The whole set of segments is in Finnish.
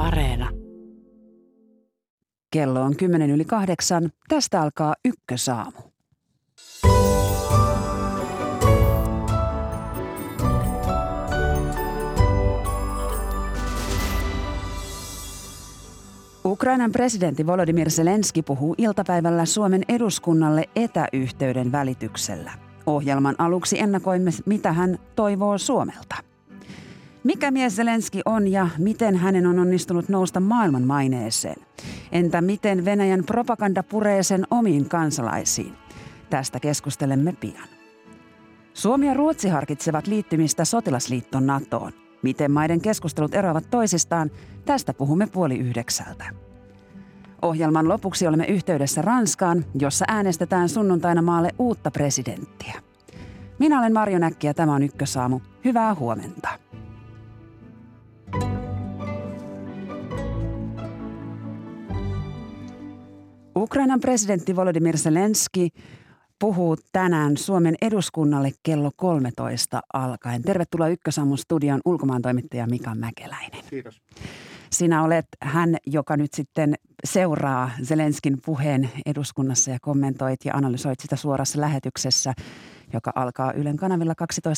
Areena. Kello on 7:10. Tästä alkaa Ykkösaamu. Ukrainan presidentti Volodymyr Zelenski puhuu iltapäivällä Suomen eduskunnalle etäyhteyden välityksellä. Ohjelman aluksi ennakoimme, mitä hän toivoo Suomelta. Mikä mies Zelenski on ja miten hänen on onnistunut nousta maailman maineeseen? Entä miten Venäjän propaganda puree sen omiin kansalaisiin? Tästä keskustelemme pian. Suomi ja Ruotsi harkitsevat liittymistä sotilasliitto NATOon. Miten maiden keskustelut eroavat toisistaan? Tästä puhumme 8:30. Ohjelman lopuksi olemme yhteydessä Ranskaan, jossa äänestetään sunnuntaina maalle uutta presidenttiä. Minä olen Marjo Näkki ja tämä on Ykkösaamu. Hyvää huomenta. Ukrainan presidentti Volodymyr Zelenski puhuu tänään Suomen eduskunnalle kello 13 alkaen. Tervetuloa Ykkösaamun studion ulkomaantoimittaja Mika Mäkeläinen. Kiitos. Sinä olet hän, joka nyt sitten seuraa Zelenskin puheen eduskunnassa ja kommentoit ja analysoit sitä suorassa lähetyksessä, joka alkaa Ylen kanavilla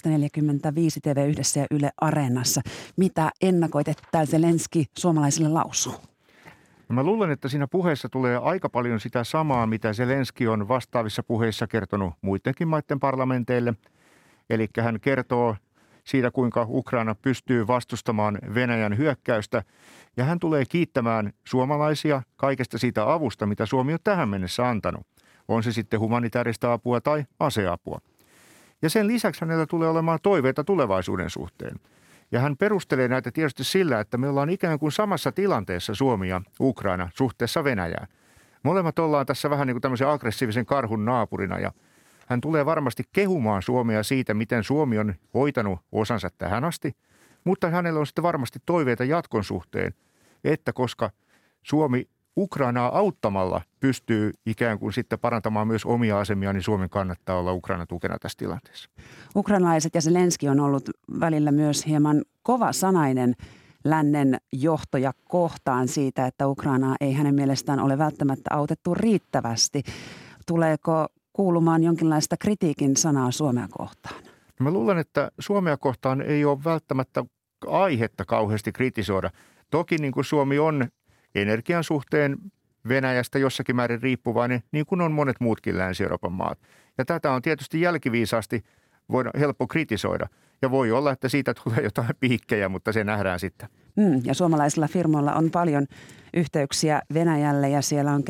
12.45 TV1 ja Yle Areenassa. Mitä ennakoit, että Zelenski suomalaisille lausuu? Mä luulen, että siinä puheessa tulee aika paljon sitä samaa, mitä Zelenski on vastaavissa puheissa kertonut muidenkin maiden parlamenteille. Eli hän kertoo siitä, kuinka Ukraina pystyy vastustamaan Venäjän hyökkäystä. Ja hän tulee kiittämään suomalaisia kaikesta siitä avusta, mitä Suomi on tähän mennessä antanut. On se sitten humanitaarista apua tai aseapua. Ja sen lisäksi hänellä tulee olemaan toiveita tulevaisuuden suhteen. Ja hän perustelee näitä tietysti sillä, että me ollaan ikään kuin samassa tilanteessa Suomi ja Ukraina suhteessa Venäjään. Molemmat ollaan tässä vähän niin kuin tämmöisen aggressiivisen karhun naapurina ja hän tulee varmasti kehumaan Suomea siitä, miten Suomi on hoitanut osansa tähän asti, mutta hänellä on sitten varmasti toiveita jatkon suhteen, että koska Suomi Ukrainaa auttamalla pystyy ikään kuin sitten parantamaan myös omia asemia, niin Suomen kannattaa olla Ukraina tukena tässä tilanteessa. Ukrainalaiset ja Zelenski on ollut välillä myös hieman kovasanainen lännen johtoja kohtaan siitä, että Ukrainaa ei hänen mielestään ole välttämättä autettu riittävästi. Tuleeko kuulumaan jonkinlaista kritiikin sanaa Suomea kohtaan? Mä luulen, että Suomea kohtaan ei ole välttämättä aihetta kauheasti kritisoida. Toki niin kuin Suomi on energian suhteen Venäjästä jossakin määrin riippuvainen, niin kuin on monet muutkin Länsi-Euroopan maat. Ja tätä on tietysti jälkiviisaasti helppo kritisoida. Ja voi olla, että siitä tulee jotain piikkejä, mutta se nähdään sitten. Ja suomalaisilla firmoilla on paljon yhteyksiä Venäjälle ja siellä on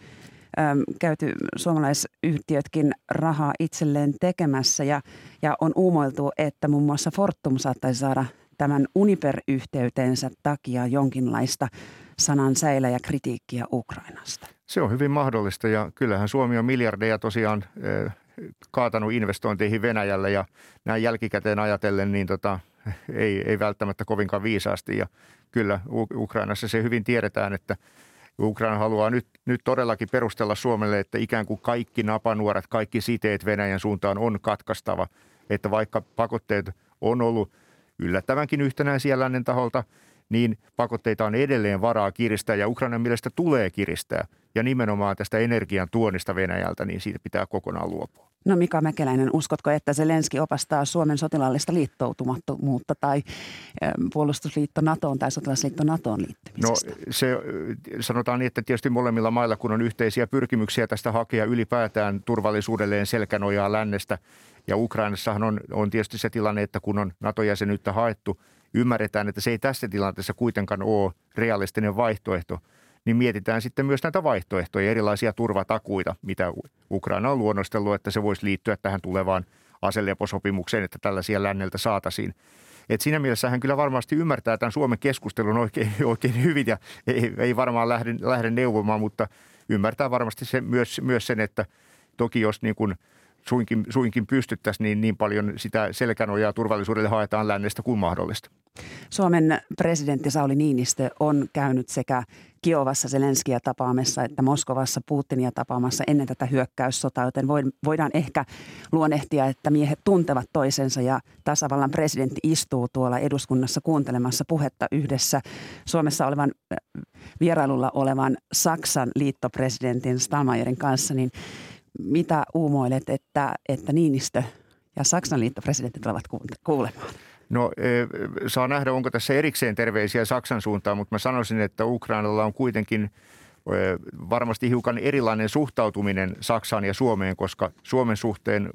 käyty suomalaisyhtiötkin rahaa itselleen tekemässä ja on uumoiltu, että muun muassa Fortum saattaisi saada tämän Uniper-yhteytensä takia jonkinlaista sanan säilä ja kritiikkiä Ukrainasta. Se on hyvin mahdollista ja kyllähän Suomi on miljardeja tosiaan kaatanut investointeihin Venäjälle ja näin jälkikäteen ajatellen niin ei välttämättä kovinkaan viisaasti ja kyllä Ukrainassa se hyvin tiedetään, että Ukraina haluaa nyt todellakin perustella Suomelle, että ikään kuin kaikki napanuorat, kaikki siteet Venäjän suuntaan on katkaistava, että vaikka pakotteet on ollut yllättävänkin yhtenäisiä lännen taholta, niin pakotteita on edelleen varaa kiristää ja Ukrainan mielestä tulee kiristää. Ja nimenomaan tästä energian tuonnista Venäjältä, niin siitä pitää kokonaan luopua. No Mika Mäkeläinen, uskotko, että Zelenski opastaa Suomen sotilaallista liittoutumattomuutta tai puolustusliitto NATOon tai sotilasliitto NATOon liittymisestä? No se sanotaan niin, että tietysti molemmilla mailla, kun on yhteisiä pyrkimyksiä tästä hakea ylipäätään turvallisuudelleen selkänojaa lännestä. Ja Ukrainassahan on tietysti se tilanne, että kun on NATO-jäsenyyttä haettu, ymmärretään, että se ei tässä tilanteessa kuitenkaan ole realistinen vaihtoehto, niin mietitään sitten myös näitä vaihtoehtoja, erilaisia turvatakuita, mitä Ukraina on luonnostellut, että se voisi liittyä tähän tulevaan aseleposopimukseen, että tällaisia länneltä saataisiin. Et siinä mielessä hän kyllä varmasti ymmärtää tämän Suomen keskustelun oikein hyvin ja ei varmaan lähde neuvomaan, mutta ymmärtää varmasti myös sen, että toki jos niin kuin suinkin pystyttäisiin, niin paljon sitä selkänojaa turvallisuudelle haetaan lännestä kuin mahdollista. Suomen presidentti Sauli Niinistö on käynyt sekä Kiovassa Zelenskiä tapaamassa että Moskovassa Putinia tapaamassa ennen tätä hyökkäyssotaa, joten voidaan ehkä luonnehtia, että miehet tuntevat toisensa ja tasavallan presidentti istuu tuolla eduskunnassa kuuntelemassa puhetta yhdessä Suomessa olevan vierailulla olevan Saksan liittopresidentin Steinmeierin kanssa, niin mitä uumoilet, että Niinistö ja Saksan liittopresidentti tulevat kuulemaan? No saa nähdä, onko tässä erikseen terveisiä Saksan suuntaan, mutta mä sanoisin, että Ukrainalla on kuitenkin varmasti hiukan erilainen suhtautuminen Saksaan ja Suomeen, koska Suomen suhteen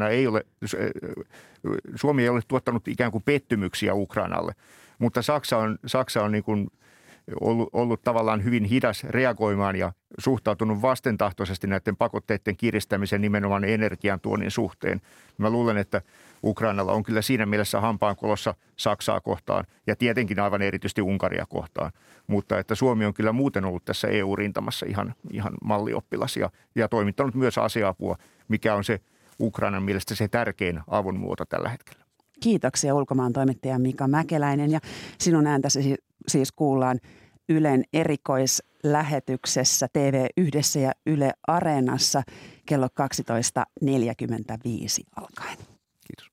Suomi ei ole tuottanut ikään kuin pettymyksiä Ukrainalle, mutta Saksa on niin kuin ollut tavallaan hyvin hidas reagoimaan ja suhtautunut vastentahtoisesti näiden pakotteiden kiristämisen nimenomaan energiantuonnin suhteen. Mä luulen, että Ukrainalla on kyllä siinä mielessä hampaankolossa Saksaa kohtaan ja tietenkin aivan erityisesti Unkaria kohtaan. Mutta että Suomi on kyllä muuten ollut tässä EU-rintamassa ihan mallioppilas ja toimittanut myös aseapua, mikä on se Ukrainan mielestä se tärkein avun muoto tällä hetkellä. Kiitoksia ulkomaan toimittaja Mika Mäkeläinen ja sinun ääntäsi siis kuullaan Ylen erikoislähetyksessä TV1 ja Yle Areenassa kello 12.45 alkaen. Kiitos.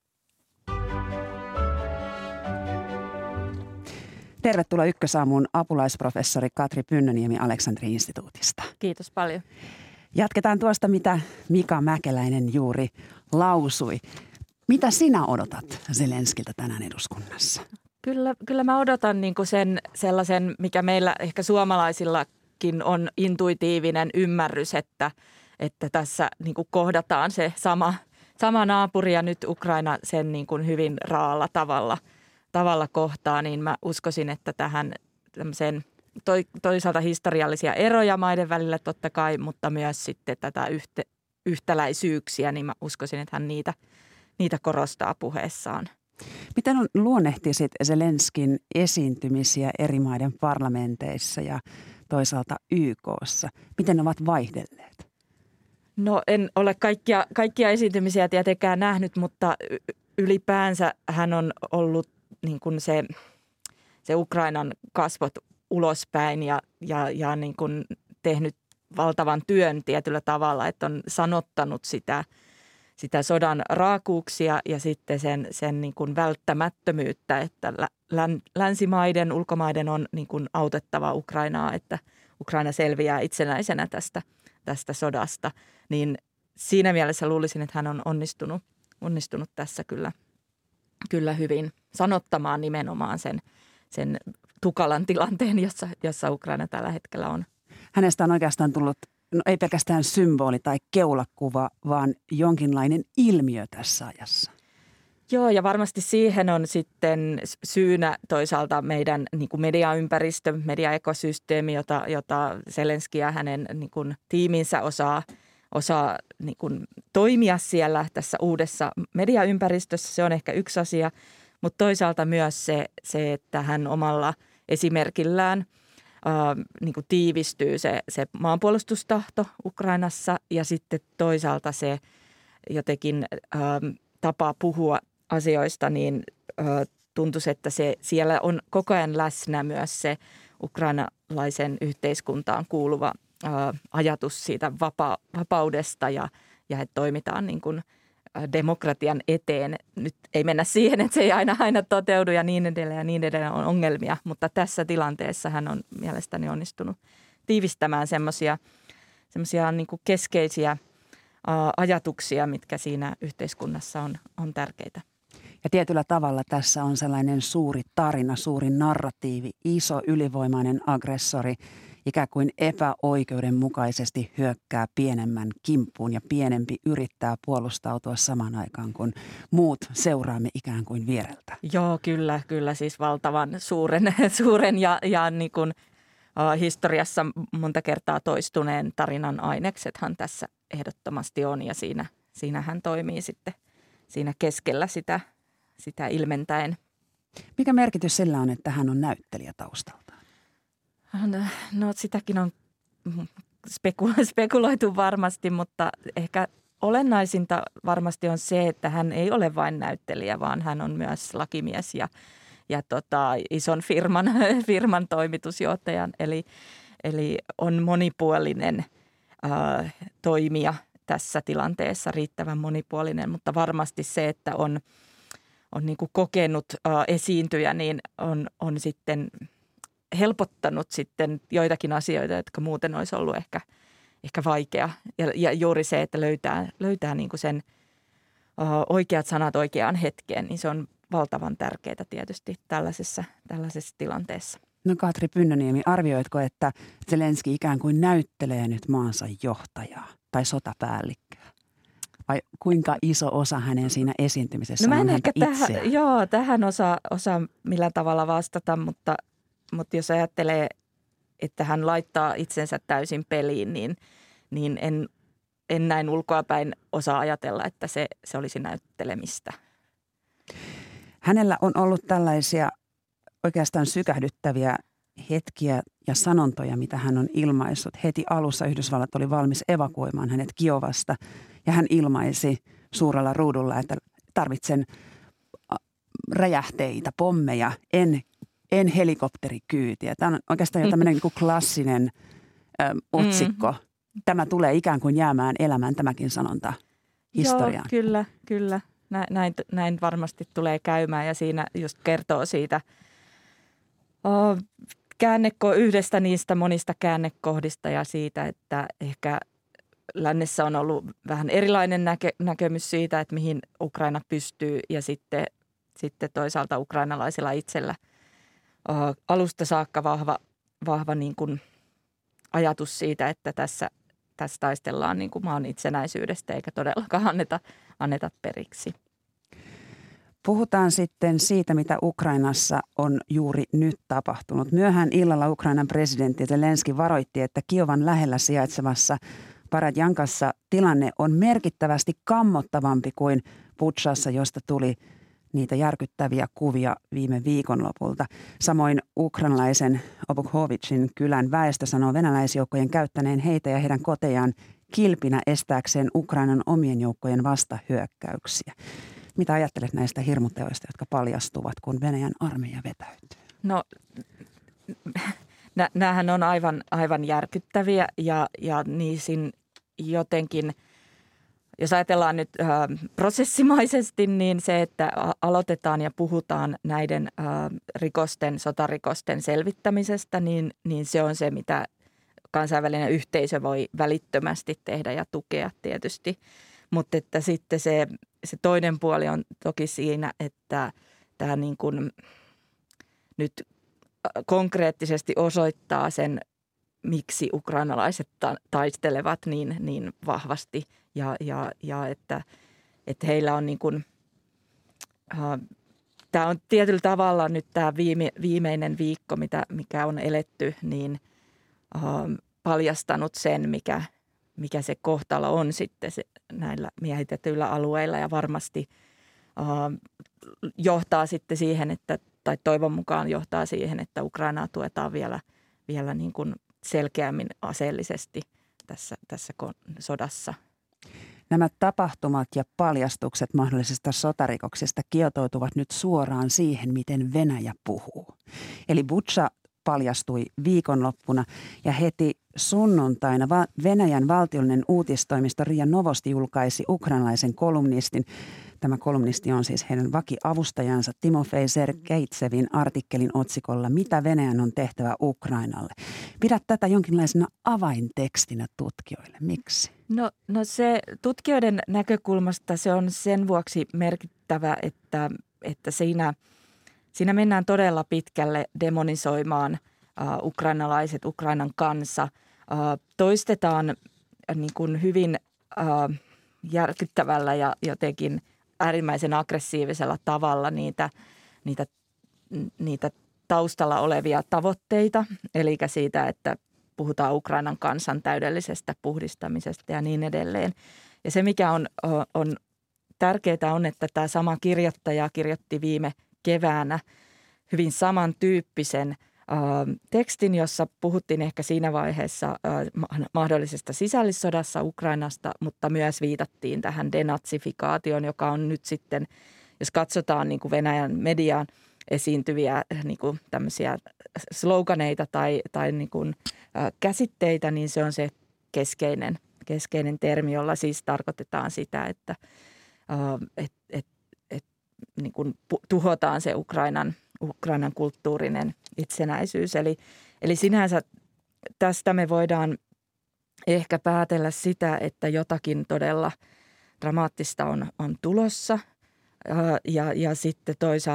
Tervetuloa Ykkösaamuun apulaisprofessori Katri Pynnöniemi Aleksanteri-instituutista. Kiitos paljon. Jatketaan tuosta, mitä Mika Mäkeläinen juuri lausui. Mitä sinä odotat Zelenskiltä tänään eduskunnassa? Kyllä mä odotan niin kuin sellaisen, mikä meillä ehkä suomalaisillakin on intuitiivinen ymmärrys, että tässä niin kuin kohdataan se sama naapuri ja nyt Ukraina sen niin kuin hyvin raalla tavalla kohtaa, niin mä uskoisin, että tähän tämmöisen toisaalta historiallisia eroja maiden välillä totta kai, mutta myös sitten tätä yhtäläisyyksiä, niin mä uskoisin, että hän niitä korostaa puheessaan. Miten luonnehtisit Zelenskin esiintymisiä eri maiden parlamenteissa ja toisaalta YK:ssa? Miten ne ovat vaihdelleet? No en ole kaikkia esiintymisiä tietenkään nähnyt, mutta ylipäänsä hän on ollut niin kuin se Ukrainan kasvot ulospäin ja niin kuin tehnyt valtavan työn tietyllä tavalla, että on sanottanut sitä sodan raakuuksia ja sitten sen niin kuin välttämättömyyttä, että länsimaiden, ulkomaiden on niin kuin autettava Ukrainaa, että Ukraina selviää itsenäisenä tästä sodasta. Niin siinä mielessä luulisin, että hän on onnistunut tässä kyllä hyvin sanottamaan nimenomaan sen tukalan tilanteen, jossa Ukraina tällä hetkellä on. Hänestä on oikeastaan tullut ei pelkästään symboli tai keulakuva, vaan jonkinlainen ilmiö tässä ajassa. Joo, ja varmasti siihen on sitten syynä toisaalta meidän niin kuin mediaympäristö, mediaekosysteemi, jota Zelenski ja hänen niin kuin tiiminsä osaa niin kuin toimia siellä tässä uudessa mediaympäristössä. Se on ehkä yksi asia, mutta toisaalta myös se että hän omalla esimerkillään niin kuin tiivistyy se maanpuolustustahto Ukrainassa ja sitten toisaalta se jotenkin tapa puhua asioista, niin tuntuisi, että siellä on koko ajan läsnä myös se ukrainalaisen yhteiskuntaan kuuluva ajatus siitä vapaudesta ja että toimitaan niin kuin demokratian eteen. Nyt ei mennä siihen, että se ei aina toteudu ja niin edelleen on ongelmia, mutta tässä tilanteessa hän on mielestäni onnistunut tiivistämään semmoisia niin kuin keskeisiä ajatuksia, mitkä siinä yhteiskunnassa on tärkeitä. Ja tietyllä tavalla tässä on sellainen suuri tarina, suuri narratiivi, iso ylivoimainen aggressori, ikään kuin epäoikeudenmukaisesti hyökkää pienemmän kimppuun ja pienempi yrittää puolustautua samaan aikaan, kun muut seuraamme ikään kuin viereltä. Joo, kyllä siis valtavan suuren ja niin kuin, historiassa monta kertaa toistuneen tarinan aineksethan tässä ehdottomasti on ja siinä hän toimii sitten siinä keskellä sitä ilmentäen. Mikä merkitys sillä on, että hän on näyttelijä taustaltaan? No sitäkin on spekuloitu varmasti, mutta ehkä olennaisinta varmasti on se, että hän ei ole vain näyttelijä, vaan hän on myös lakimies ison firman toimitusjohtajan. Eli on monipuolinen toimija tässä tilanteessa, riittävän monipuolinen, mutta varmasti se, että on niin kuin kokenut esiintyjä, niin on sitten helpottanut sitten joitakin asioita, jotka muuten olisi ollut ehkä vaikea. Ja juuri se, että löytää niin kuin sen oikeat sanat oikeaan hetkeen, niin se on valtavan tärkeää tietysti tällaisessa tilanteessa. No Katri Pynnöniemi, arvioitko, että Zelenski ikään kuin näyttelee nyt maansa johtajaa tai sotapäällikköä? Vai kuinka iso osa hänen siinä esiintymisessä on häntä itseään? Tähän osaa millään tavalla vastata, mutta jos ajattelee, että hän laittaa itsensä täysin peliin, niin en näin ulkoapäin osaa ajatella, että se olisi näyttelemistä. Hänellä on ollut tällaisia oikeastaan sykähdyttäviä hetkiä ja sanontoja, mitä hän on ilmaissut. Heti alussa Yhdysvallat oli valmis evakuoimaan hänet Kiovasta ja hän ilmaisi suurella ruudulla, että tarvitsen räjähteitä, pommeja, en helikopterikyytiä. Tämä on oikeastaan jo tämmöinen niin kuin klassinen otsikko. Tämä tulee ikään kuin jäämään elämään tämäkin sanonta historiaan. Joo, kyllä. Näin varmasti tulee käymään ja siinä just kertoo siitä yhdestä niistä monista käännekohdista ja siitä, että ehkä lännessä on ollut vähän erilainen näkemys siitä, että mihin Ukraina pystyy ja sitten toisaalta ukrainalaisilla itsellä alusta saakka vahva niin kuin ajatus siitä, että tässä taistellaan niin kuin maan itsenäisyydestä eikä todellakaan anneta periksi. Puhutaan sitten siitä, mitä Ukrainassa on juuri nyt tapahtunut. Myöhään illalla Ukrainan presidentti Zelenski varoitti, että Kiovan lähellä sijaitsevassa Paradjankassa tilanne on merkittävästi kammottavampi kuin Butšassa, josta tuli niitä järkyttäviä kuvia viime viikonlopulta. Samoin ukrainalaisen Obukhowicin kylän väestö sanoo venäläisjoukkojen käyttäneen heitä ja heidän kotejaan kilpinä estääkseen Ukrainan omien joukkojen vastahyökkäyksiä. Mitä ajattelet näistä hirmuteoista, jotka paljastuvat, kun Venäjän armeija vetäytyy? No, näähän on aivan järkyttäviä ja niisin jotenkin, jos ajatellaan nyt prosessimaisesti, niin se, että aloitetaan ja puhutaan näiden sotarikosten selvittämisestä, niin se on se, mitä kansainvälinen yhteisö voi välittömästi tehdä ja tukea tietysti. Mutta että sitten se toinen puoli on toki siinä, että tämä niin kuin nyt konkreettisesti osoittaa sen, miksi ukrainalaiset taistelevat niin vahvasti ja että heillä on niin kuin, tämä on tietyllä tavalla nyt tämä viimeinen viikko, mikä on eletty, niin paljastanut sen, mikä se kohtalo on sitten näillä miehitetyillä alueilla ja varmasti johtaa sitten siihen, tai toivon mukaan johtaa siihen, että Ukrainaa tuetaan vielä niin kuin selkeämmin aseellisesti tässä sodassa. Nämä tapahtumat ja paljastukset mahdollisista sotarikoksista kietoutuvat nyt suoraan siihen, miten Venäjä puhuu. Eli Butša paljastui viikonloppuna ja heti sunnuntaina Venäjän valtiollinen uutistoimisto RIA Novosti julkaisi ukrainalaisen kolumnistin. Tämä kolumnisti on siis heidän vakiavustajansa Timofei Sergeitsevin artikkelin otsikolla "Mitä Venäjän on tehtävä Ukrainalle?". Pidät tätä jonkinlaisena avaintekstinä tutkijoille. Miksi? No se tutkijoiden näkökulmasta se on sen vuoksi merkittävä, että siinä mennään todella pitkälle demonisoimaan ukrainalaiset, Ukrainan kansa. Toistetaan niin kuin hyvin järkyttävällä ja jotenkin äärimmäisen aggressiivisella tavalla niitä taustalla olevia tavoitteita, eli siitä, että puhutaan Ukrainan kansan täydellisestä puhdistamisesta ja niin edelleen. Ja se, mikä on tärkeää on, että tämä sama kirjoittaja kirjoitti viime keväänä hyvin samantyyppisen tekstin, jossa puhuttiin ehkä siinä vaiheessa mahdollisesta sisällissodassa Ukrainasta, mutta myös viitattiin tähän denatsifikaatioon, joka on nyt sitten, jos katsotaan niin kuin Venäjän mediaan, esiintyviä niin kuin tämmöisiä sloganeita tai niin kuin, käsitteitä, niin se on se keskeinen termi, jolla siis tarkoitetaan sitä, että niin kuin tuhotaan se Ukrainan kulttuurinen itsenäisyys. Eli sinänsä tästä me voidaan ehkä päätellä sitä, että jotakin todella dramaattista on tulossa ja sitten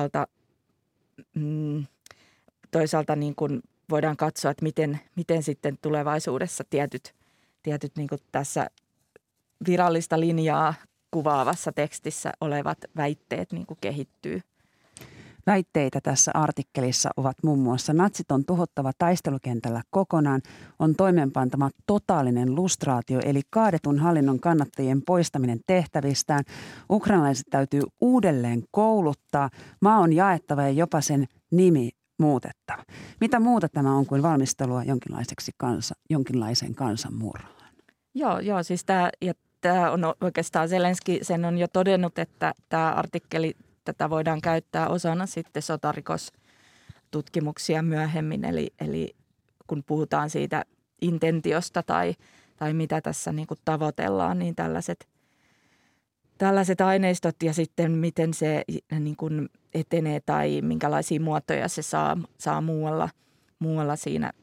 toisaalta niin kuin voidaan katsoa, että miten sitten tulevaisuudessa tietyt niin kuin tässä virallista linjaa kuvaavassa tekstissä olevat väitteet niin kuin kehittyy. Väitteitä tässä artikkelissa ovat muun muassa natsit on tuhottava taistelukentällä kokonaan, on toimeenpantama totaalinen lustraatio eli kaadetun hallinnon kannattajien poistaminen tehtävistään, ukrainalaiset täytyy uudelleen kouluttaa, maa on jaettava ja jopa sen nimi muutettava. Mitä muuta tämä on kuin valmistelua jonkinlaiseen kansanmurhaan? Joo, siis tämä on oikeastaan Zelenski sen on jo todennut, että tämä artikkeli tätä voidaan käyttää osana sitten sotarikostutkimuksia myöhemmin, eli kun puhutaan siitä intentiosta tai mitä tässä niin kuin tavoitellaan, niin tällaiset aineistot ja sitten miten se niin kuin etenee tai minkälaisia muotoja se saa muualla siinä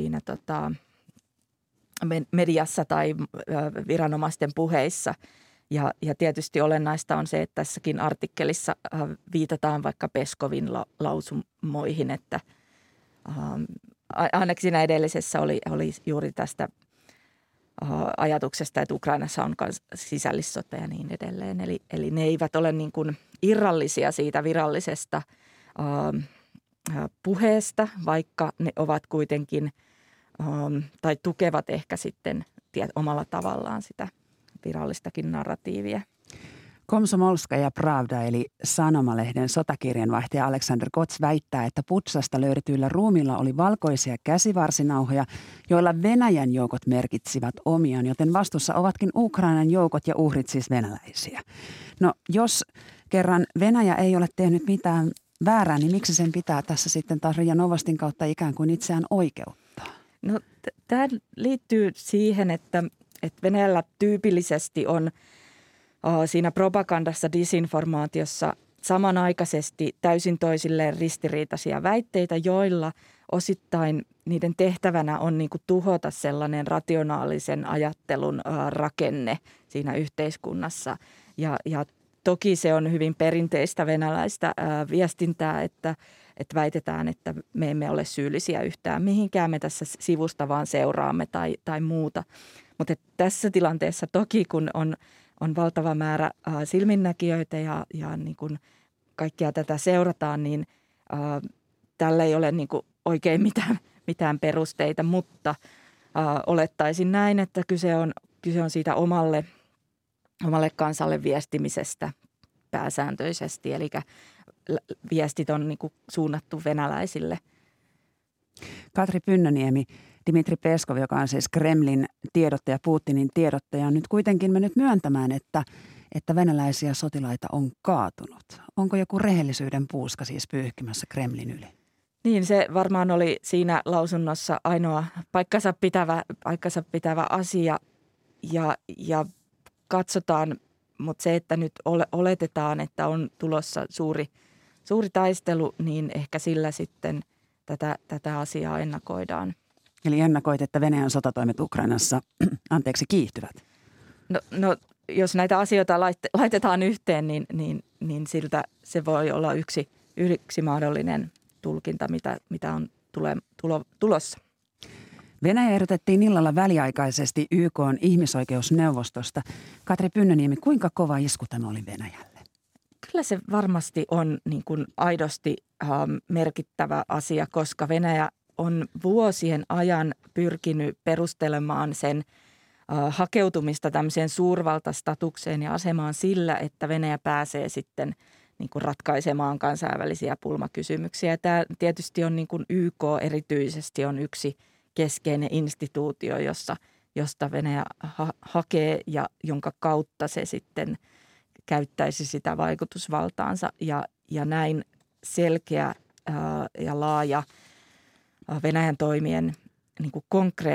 mediassa tai viranomaisten puheissa. Ja tietysti olennaista on se, että tässäkin artikkelissa viitataan vaikka Peskovin lausumoihin, että ainakin siinä edellisessä oli juuri tästä ajatuksesta, että Ukrainassa on myös sisällissota ja niin edelleen. Eli ne eivät ole niin kuin irrallisia siitä virallisesta puheesta, vaikka ne ovat kuitenkin tai tukevat ehkä sitten omalla tavallaan sitä virallistakin narratiivia. Komsomolskaja Pravda eli Sanomalehden sotakirjanvaihtaja Aleksander Kots väittää, että Butsasta löydetyillä ruumilla oli valkoisia käsivarsinauhoja, joilla Venäjän joukot merkitsivät omiaan, joten vastuussa ovatkin Ukrainan joukot ja uhrit siis venäläisiä. No jos kerran Venäjä ei ole tehnyt mitään väärää, niin miksi sen pitää tässä sitten taas Ria Novostin kautta ikään kuin itseään oikeuttaa? No tämä liittyy siihen, että Venäjällä tyypillisesti on siinä propagandassa, disinformaatiossa samanaikaisesti täysin toisilleen ristiriitaisia väitteitä, joilla osittain niiden tehtävänä on niin kuin tuhota sellainen rationaalisen ajattelun rakenne siinä yhteiskunnassa. Ja toki se on hyvin perinteistä venäläistä viestintää, että väitetään, että me emme ole syyllisiä yhtään mihinkään, me tässä sivusta vaan seuraamme tai muuta. Mutta tässä tilanteessa toki, kun on valtava määrä silminnäkijöitä ja niin kuin kaikkia tätä seurataan, niin tällä ei ole niin kuin oikein mitään perusteita, mutta olettaisin näin, että kyse on siitä omalle kansalle viestimisestä pääsääntöisesti, eli viestit on niin kuin suunnattu venäläisille. Katri Pynnöniemi, Dmitri Peskov, joka on siis Kremlin tiedottaja, Putinin tiedottaja, on nyt kuitenkin mennyt myöntämään, että venäläisiä sotilaita on kaatunut. Onko joku rehellisyyden puuska siis pyyhkimässä Kremlin yli? Niin, se varmaan oli siinä lausunnossa ainoa paikkansa pitävä asia ja katsotaan, mutta se, että nyt oletetaan, että on tulossa suuri taistelu, niin ehkä sillä sitten tätä asiaa ennakoidaan. Eli ennakoit, että Venäjän sotatoimet Ukrainassa kiihtyvät? No jos näitä asioita laitetaan yhteen, niin siltä se voi olla yksi mahdollinen tulkinta, mitä on tulossa. Venäjä ehdotettiin illalla väliaikaisesti YK:n ihmisoikeusneuvostosta. Katri Pynnöniemi, kuinka kova isku tämä oli Venäjälle? Kyllä se varmasti on niin kuin aidosti merkittävä asia, koska Venäjä on vuosien ajan pyrkinyt perustelemaan sen hakeutumista tämmöiseen suurvaltastatukseen ja asemaan sillä, että Venäjä pääsee sitten niin kuin ratkaisemaan kansainvälisiä pulmakysymyksiä. Tämä tietysti on niin kuin YK erityisesti on yksi keskeinen instituutio, josta Venäjä hakee ja jonka kautta se sitten käyttäisi sitä vaikutusvaltaansa ja näin selkeä ja laaja Venäjän toimien niin kuin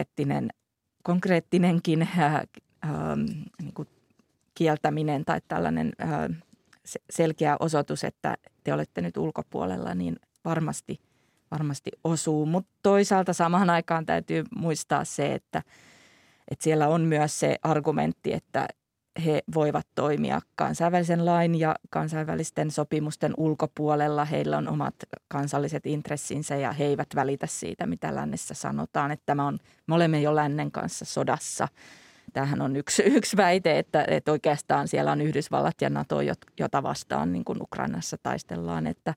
konkreettinenkin niin kuin kieltäminen tai tällainen selkeä osoitus, että te olette nyt ulkopuolella, niin varmasti osuu. Mutta toisaalta samaan aikaan täytyy muistaa se, että siellä on myös se argumentti, että he voivat toimia kansainvälisen lain ja kansainvälisten sopimusten ulkopuolella. Heillä on omat kansalliset intressinsä ja he eivät välitä siitä, mitä lännessä sanotaan. Että me olemme jo lännen kanssa sodassa. Tämähän on yksi väite, että oikeastaan siellä on Yhdysvallat ja NATO, jota vastaan niin kuin Ukrainassa taistellaan. Että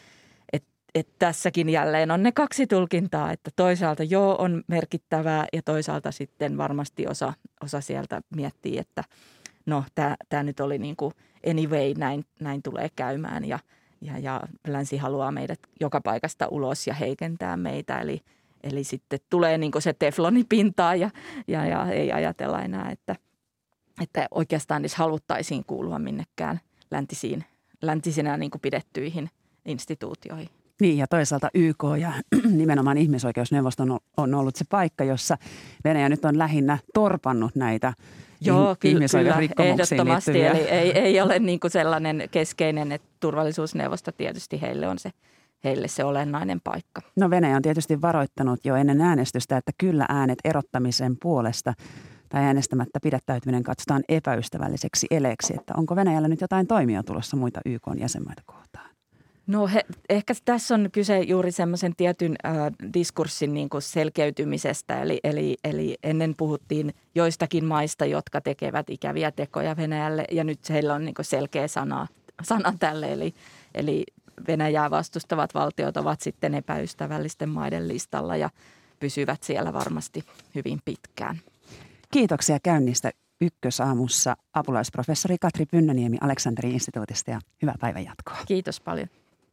tässäkin jälleen on ne kaksi tulkintaa, että toisaalta on merkittävää ja toisaalta sitten varmasti osa sieltä miettii, että no tämä nyt oli niin kuin anyway, näin tulee käymään ja länsi haluaa meidät joka paikasta ulos ja heikentää meitä. Eli sitten tulee niin kuin se teflonipintaa ja ei ajatella enää, että oikeastaan edes haluttaisiin kuulua minnekään läntisinä niin kuin pidettyihin instituutioihin. Niin, ja toisaalta YK ja nimenomaan ihmisoikeusneuvosto on ollut se paikka, jossa Venäjä nyt on lähinnä torpannut näitä ihmisoikeusrikkomuksiin ehdottomasti. liittyviä. Eli ei ole niin kuin sellainen keskeinen, että turvallisuusneuvosto tietysti heille se olennainen paikka. No Venäjä on tietysti varoittanut jo ennen äänestystä, että kyllä äänet erottamisen puolesta tai äänestämättä pidättäytyminen katsotaan epäystävälliseksi eleeksi. Että onko Venäjällä nyt jotain toimia tulossa muita YK:n jäsenmaita kohtaan? No ehkä tässä on kyse juuri semmoisen tietyn diskurssin niin kuin selkeytymisestä. Eli ennen puhuttiin joistakin maista, jotka tekevät ikäviä tekoja Venäjälle ja nyt heillä on niin kuin selkeä sana tälle. Eli Venäjää vastustavat valtiot ovat sitten epäystävällisten maiden listalla ja pysyvät siellä varmasti hyvin pitkään. Kiitoksia käynnistä Ykkösaamussa apulaisprofessori Katri Pynnöniemi Aleksanteri-instituutista ja hyvää päivänjatkoa. Kiitos paljon.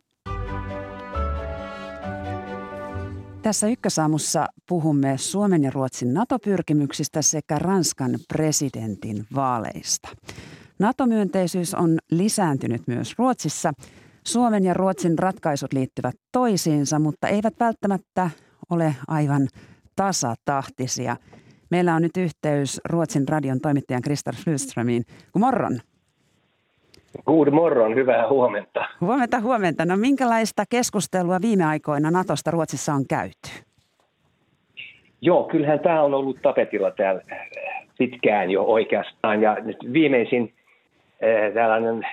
Tässä Ykkösaamussa puhumme Suomen ja Ruotsin NATO-pyrkimyksistä sekä Ranskan presidentin vaaleista. NATO-myönteisyys on lisääntynyt myös Ruotsissa. Suomen ja Ruotsin ratkaisut liittyvät toisiinsa, mutta eivät välttämättä ole aivan tasatahtisia. Meillä on nyt yhteys Ruotsin radion toimittajan Christer Flydströmiin. God morgon. God morgon, hyvää huomenta. Huomenta. No minkälaista keskustelua viime aikoina Natosta Ruotsissa on käyty? Joo, kyllähän tämä on ollut tapetilla täällä pitkään jo oikeastaan. Ja nyt viimeisin tällainen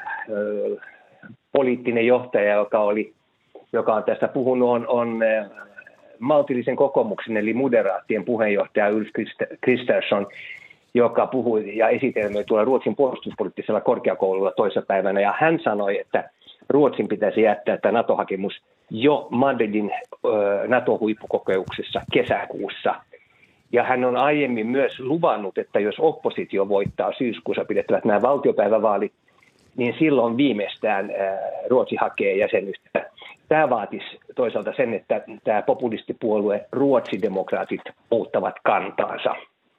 poliittinen johtaja, joka on tästä puhunut, on maltillisen kokoomuksen eli moderaattien puheenjohtaja Ulf Kristersson, joka puhui ja esitelmöi tuolla Ruotsin puolustuspoliittisella korkeakoululla toissapäivänä. Ja hän sanoi, että Ruotsin pitäisi jättää tämä NATO-hakemus jo Madridin NATO-huippukokouksessa kesäkuussa. Ja hän on aiemmin myös luvannut, että jos oppositio voittaa syyskuussa pidettävät nämä valtiopäivävaalit, niin silloin viimeistään Ruotsi hakee jäsenyyttä. Tämä vaatisi toisaalta sen, että tämä populistipuolue ruotsidemokraatit muuttavat kantaansa.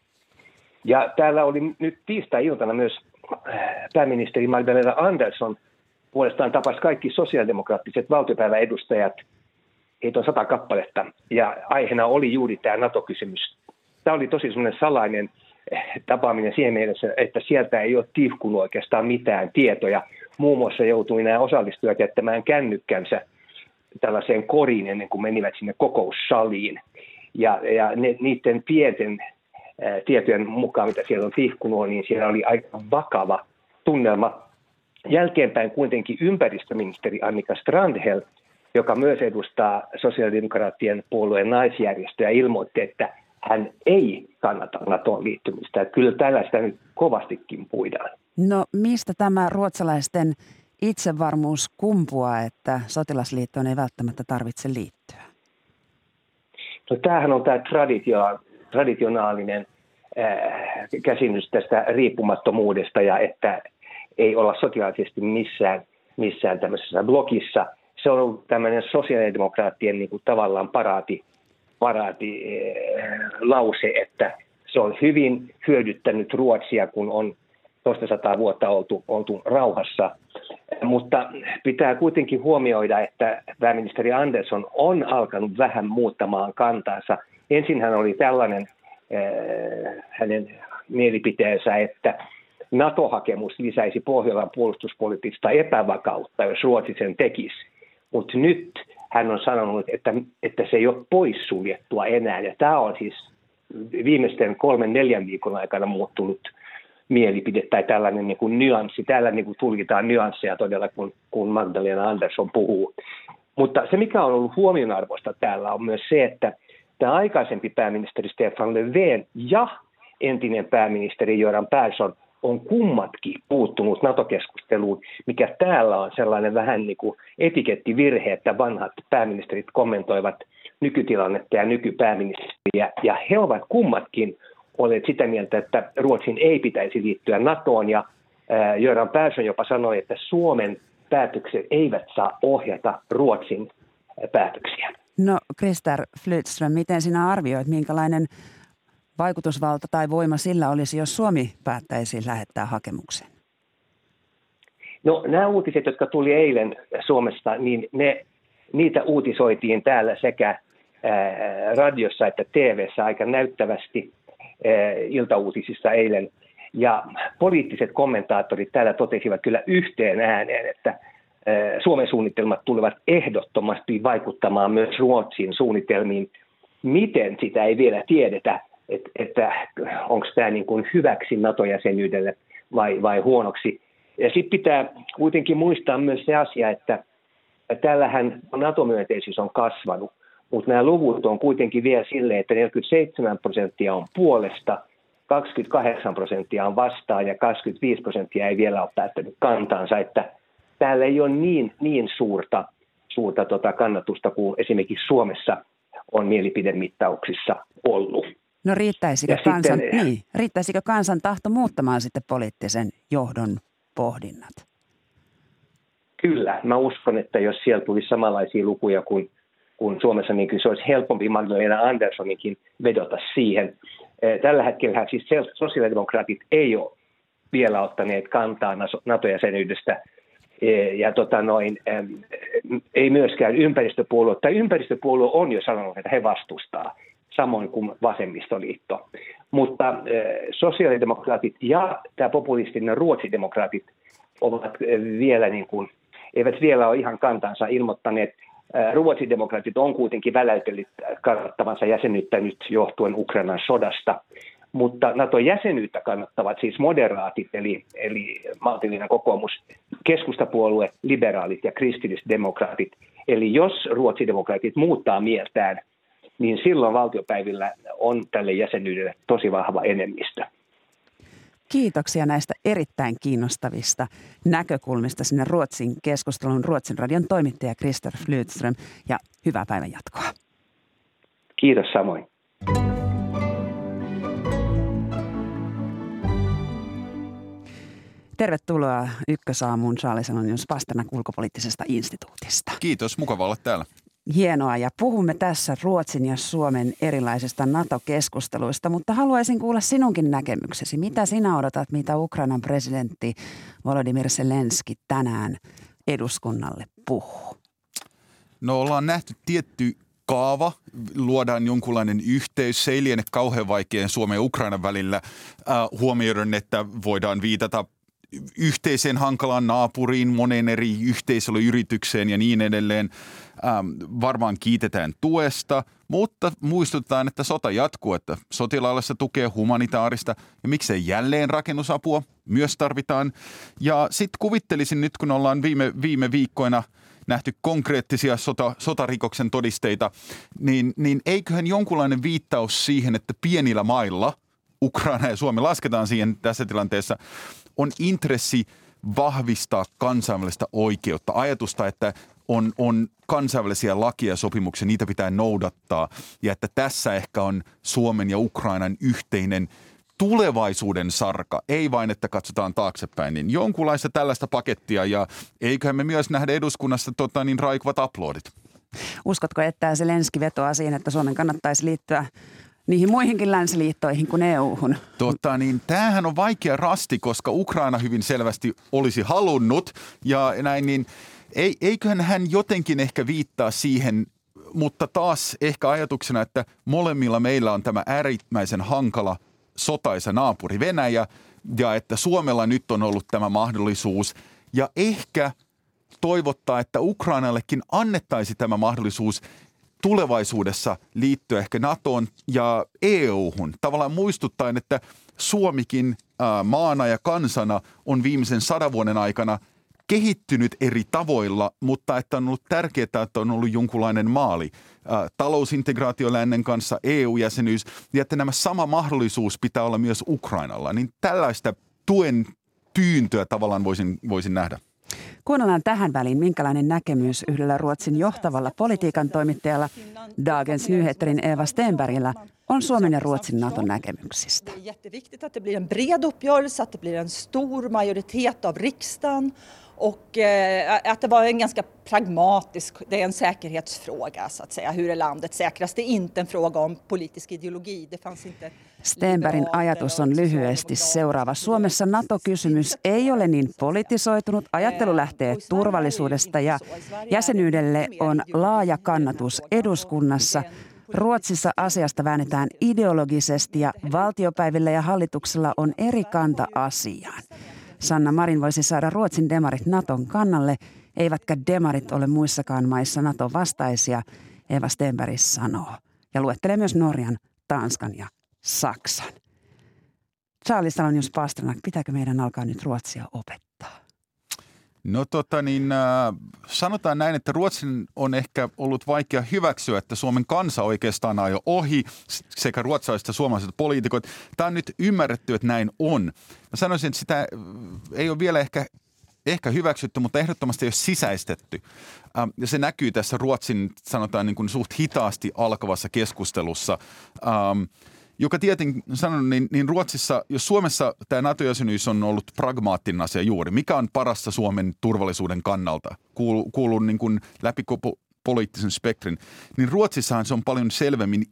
Ja täällä oli nyt tiistai-iltana myös pääministeri Magdalena Andersson puolestaan tapasi kaikki sosiaalidemokraattiset valtiopäiväedustajat, heitä on 100 kappaletta, ja aiheena oli juuri tämä NATO-kysymys. Tämä oli tosi sellainen salainen tapaaminen siihen mielessä, että sieltä ei ole tiivkunut oikeastaan mitään tietoja. Muun muassa joutui nämä osallistujat jättämään kännykkänsä tällaiseen koriin ennen kuin menivät sinne kokoussaliin. Ja niiden pienten tietojen mukaan, mitä siellä on tiivkunut, niin siellä oli aika vakava tunnelma. Jälkeenpäin kuitenkin ympäristöministeri Annika Strandhäll, joka myös edustaa sosiaalidemokraattien puolueen naisjärjestöä, ilmoitti, että hän ei kannata NATOon liittymistä. Kyllä tällaista nyt kovastikin puidaan. No mistä tämä ruotsalaisten itsevarmuus kumpuaa, että sotilasliittoon ei välttämättä tarvitse liittyä? No tämähän on tämä traditionaalinen käsitys tästä riippumattomuudesta ja että ei olla sotilaallisesti missään tämmöisessä blokissa. Se on ollut tämmöinen sosiaalidemokraattien niin kuin tavallaan lause, että se on hyvin hyödyttänyt Ruotsia, kun on toista 100 vuotta oltu rauhassa Mutta pitää kuitenkin huomioida, että pääministeri Andersson on alkanut vähän muuttamaan kantaansa. Ensin hän oli tällainen hänen mielipiteensä, että NATO-hakemus lisäisi Pohjolan puolustuspoliittista epävakautta, jos Ruotsi sen tekisi. Mutta nyt hän on sanonut, että se ei ole poissuljettua enää. Ja tämä on siis viimeisten 3-4 viikon aikana muuttunut mielipide tai tällainen niin kuin nyanssi. Täällä niin kuin tulkitaan nyansseja todella, kun Magdalena Andersson puhuu. Mutta se, mikä on ollut huomionarvoista täällä, on myös se, että tämä aikaisempi pääministeri Stefan Löfven ja entinen pääministeri Göran Persson on kummatkin puuttunut NATO-keskusteluun, mikä täällä on sellainen vähän niin kuin etikettivirhe, että vanhat pääministerit kommentoivat nykytilannetta ja nykypääministeriä. Ja he ovat kummatkin olleet sitä mieltä, että Ruotsin ei pitäisi liittyä NATOon. Ja Göran Persson jopa sanoi, että Suomen päätökset eivät saa ohjata Ruotsin päätöksiä. No Christer Flytström, miten sinä arvioit, minkälainen vaikutusvalta tai voima sillä olisi, jos Suomi päättäisi lähettää hakemuksen? No nämä uutiset, jotka tuli eilen Suomesta, niin niitä uutisoitiin täällä sekä radiossa että TV:ssä aika näyttävästi iltauutisissa eilen. Ja poliittiset kommentaattorit täällä totesivat kyllä yhteen ääneen, että Suomen suunnitelmat tulevat ehdottomasti vaikuttamaan myös Ruotsin suunnitelmiin. Miten sitä ei vielä tiedetä, että onko tämä niin kuin hyväksi NATO-jäsenyydelle vai huonoksi. Ja sitten pitää kuitenkin muistaa myös se asia, että täällähän NATO-myönteisyys on kasvanut, mutta nämä luvut on kuitenkin vielä silleen, että 47% on puolesta, 28% on vastaan ja 25% ei vielä ole päättänyt kantaansa, että täällä ei ole niin suurta kannatusta kuin esimerkiksi Suomessa on mielipidemittauksissa ollut. No riittäisikö kansan tahto muuttamaan sitten poliittisen johdon pohdinnat? Kyllä. Mä uskon, että jos siellä tulisi samanlaisia lukuja kuin Suomessa, niin kyllä se olisi helpompi Magdalena Anderssoninkin vedota siihen. Tällä hetkellä siis sosiaalidemokraatit ei ole vielä ottaneet kantaa NATO-jäsenyydestä ja ei myöskään ympäristöpuolue. Tai ympäristöpuolue on jo sanonut, että he vastustaa, samoin kuin vasemmistoliitto. Mutta sosiaalidemokraatit ja tämä populistinen ruotsidemokraatit ovat vielä eivät vielä ole ihan kantansa ilmoittaneet. Ruotsidemokraatit on kuitenkin väläytellyt kannattavansa jäsenyyttä nyt johtuen Ukrainan sodasta, mutta NATO-jäsenyyttä kannattavat siis moderaatit, eli maltillinen kokoomus, keskustapuolue, liberaalit ja kristillisdemokraatit. Eli jos ruotsidemokraatit muuttaa mieltään, niin silloin valtiopäivillä on tälle jäsenyydelle tosi vahva enemmistö. Kiitoksia näistä erittäin kiinnostavista näkökulmista sinne Ruotsin keskusteluun. Ruotsin radion toimittaja Christer Flytström ja hyvää päivän jatkoa. Kiitos samoin. Tervetuloa Ykkösaamuun Charles Anonius Pasternak ulkopoliittisesta instituutista. Kiitos, mukava olla täällä. Hienoa, ja puhumme tässä Ruotsin ja Suomen erilaisista NATO-keskusteluista, mutta haluaisin kuulla sinunkin näkemyksesi. Mitä sinä odotat, mitä Ukrainan presidentti Volodymyr Zelenski tänään eduskunnalle puhuu? No ollaan nähty tietty kaava, luodaan jonkunlainen yhteys. Se ei liene kauhean vaikea Suomen ja Ukrainan välillä huomioiden, että voidaan viitata yhteiseen hankalaan naapuriin, monen eri yhteisöyritykseen ja niin edelleen. Varmaan kiitetään tuesta, mutta muistutetaan, että sota jatkuu, että sotilaallista tukea, humanitaarista ja miksei jälleen rakennusapua myös tarvitaan. Ja sitten kuvittelisin nyt, kun ollaan viime viikkoina nähty konkreettisia sotarikoksen todisteita, niin eiköhän jonkunlainen viittaus siihen, että pienillä mailla, Ukraina ja Suomi lasketaan siihen tässä tilanteessa, on intressi vahvistaa kansainvälistä oikeutta. Ajatusta, että on kansainvälisiä lakia ja sopimuksia, niitä pitää noudattaa. Ja että tässä ehkä on Suomen ja Ukrainan yhteinen tulevaisuuden sarka. Ei vain, että katsotaan taaksepäin, niin jonkunlaista tällaista pakettia. Ja eiköhän me myös nähdä eduskunnassa raikuvat aplodit. Uskotko, että Zelenski vetoaa siihen, että Suomen kannattaisi liittyä niihin muihinkin länsiliittoihin kuin EU-hun? Tämähän on vaikea rasti, koska Ukraina hyvin selvästi olisi halunnut ja näin, niin eiköhän hän jotenkin ehkä viittaa siihen, mutta taas ehkä ajatuksena, että molemmilla meillä on tämä äärimmäisen hankala sotaisa naapuri Venäjä ja että Suomella nyt on ollut tämä mahdollisuus ja ehkä toivottaa, että Ukrainallekin annettaisi tämä mahdollisuus tulevaisuudessa liittyä ehkä NATOon ja EU:hun. Tavallaan muistuttaen, että Suomikin maana ja kansana on viimeisen 100 vuoden aikana kehittynyt eri tavoilla, mutta että on ollut tärkeää, että on ollut jonkunlainen maali. Talousintegraatio lännen kanssa, EU-jäsenyys ja että nämä sama mahdollisuus pitää olla myös Ukrainalla. Niin tällaista tuen pyyntöä tavallaan voisin nähdä. Kuunnellaan tähän väliin, minkälainen näkemys yhdellä Ruotsin johtavalla politiikan toimittajalla Dagens Nyheterin Eva Stenbergillä on Suomen ja Ruotsin Naton näkemyksistä. Det är jätteviktigt att det blir en bred uppgörelse, att det blir en stor majoritet av riksdagen och att det var en ganska pragmatisk, det är en säkerhetsfråga så att säga, hur är landet säkrast. Det är inte en fråga om politisk ideologi. Det fanns inte. Stenbergin ajatus on lyhyesti seuraava. Suomessa NATO-kysymys ei ole niin politisoitunut. Ajattelu lähtee turvallisuudesta ja jäsenyydelle on laaja kannatus eduskunnassa. Ruotsissa asiasta väännetään ideologisesti ja valtiopäivillä ja hallituksella on eri kanta asiaan. Sanna Marin voisi saada Ruotsin demarit Naton kannalle, eivätkä demarit ole muissakaan maissa Naton vastaisia, Eva Stenberg sanoo. Ja luettelee myös Norjan, Tanskan ja Saksan. Charles Salonius Pasternak, pitääkö meidän alkaa nyt ruotsia opettaa? No sanotaan näin, että Ruotsin on ehkä ollut vaikea hyväksyä, että Suomen kansa oikeastaan ajoi ohi sekä ruotsalaiset että suomalaiset poliitikot. Tämä on nyt ymmärretty, että näin on. Mä sanoisin, että sitä ei ole vielä ehkä hyväksytty, mutta ehdottomasti ei ole sisäistetty. Ja se näkyy tässä Ruotsin, sanotaan niin kuin suht hitaasti alkavassa keskustelussa. Joka tietenkin sanon, niin Ruotsissa, jos Suomessa tämä NATO-jäsenyys on ollut pragmaattinen asia juuri, mikä on parasta Suomen turvallisuuden kannalta, kuuluu niin kuin läpi koko poliittisen spektrin, niin Ruotsissahan se on paljon selvemmin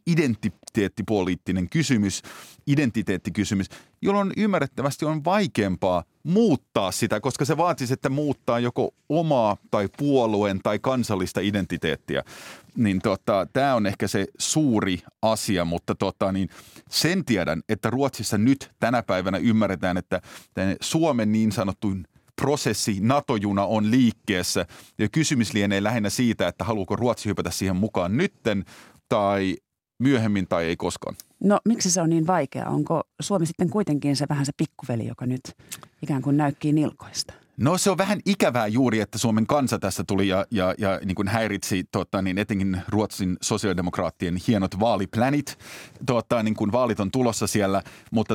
identiteettikysymys, jolloin ymmärrettävästi on vaikeampaa muuttaa sitä, koska se vaatisi, että muuttaa joko omaa tai puolueen tai kansallista identiteettiä. Niin tämä on ehkä se suuri asia, mutta sen tiedän, että Ruotsissa nyt tänä päivänä ymmärretään, että Suomen niin sanottuun prosessi, NATO-juna on liikkeessä ja kysymys lienee lähinnä siitä, että haluuko Ruotsi hypätä siihen mukaan nytten tai myöhemmin tai ei koskaan. No miksi se on niin vaikea? Onko Suomi sitten kuitenkin se vähän se pikkuveli, joka nyt ikään kuin näykkii nilkoista? No se on vähän ikävää juuri, että Suomen kansa tässä tuli ja niin kuin häiritsi etenkin Ruotsin sosiaalidemokraattien hienot vaaliplänit. Niin kuin vaalit on tulossa siellä, mutta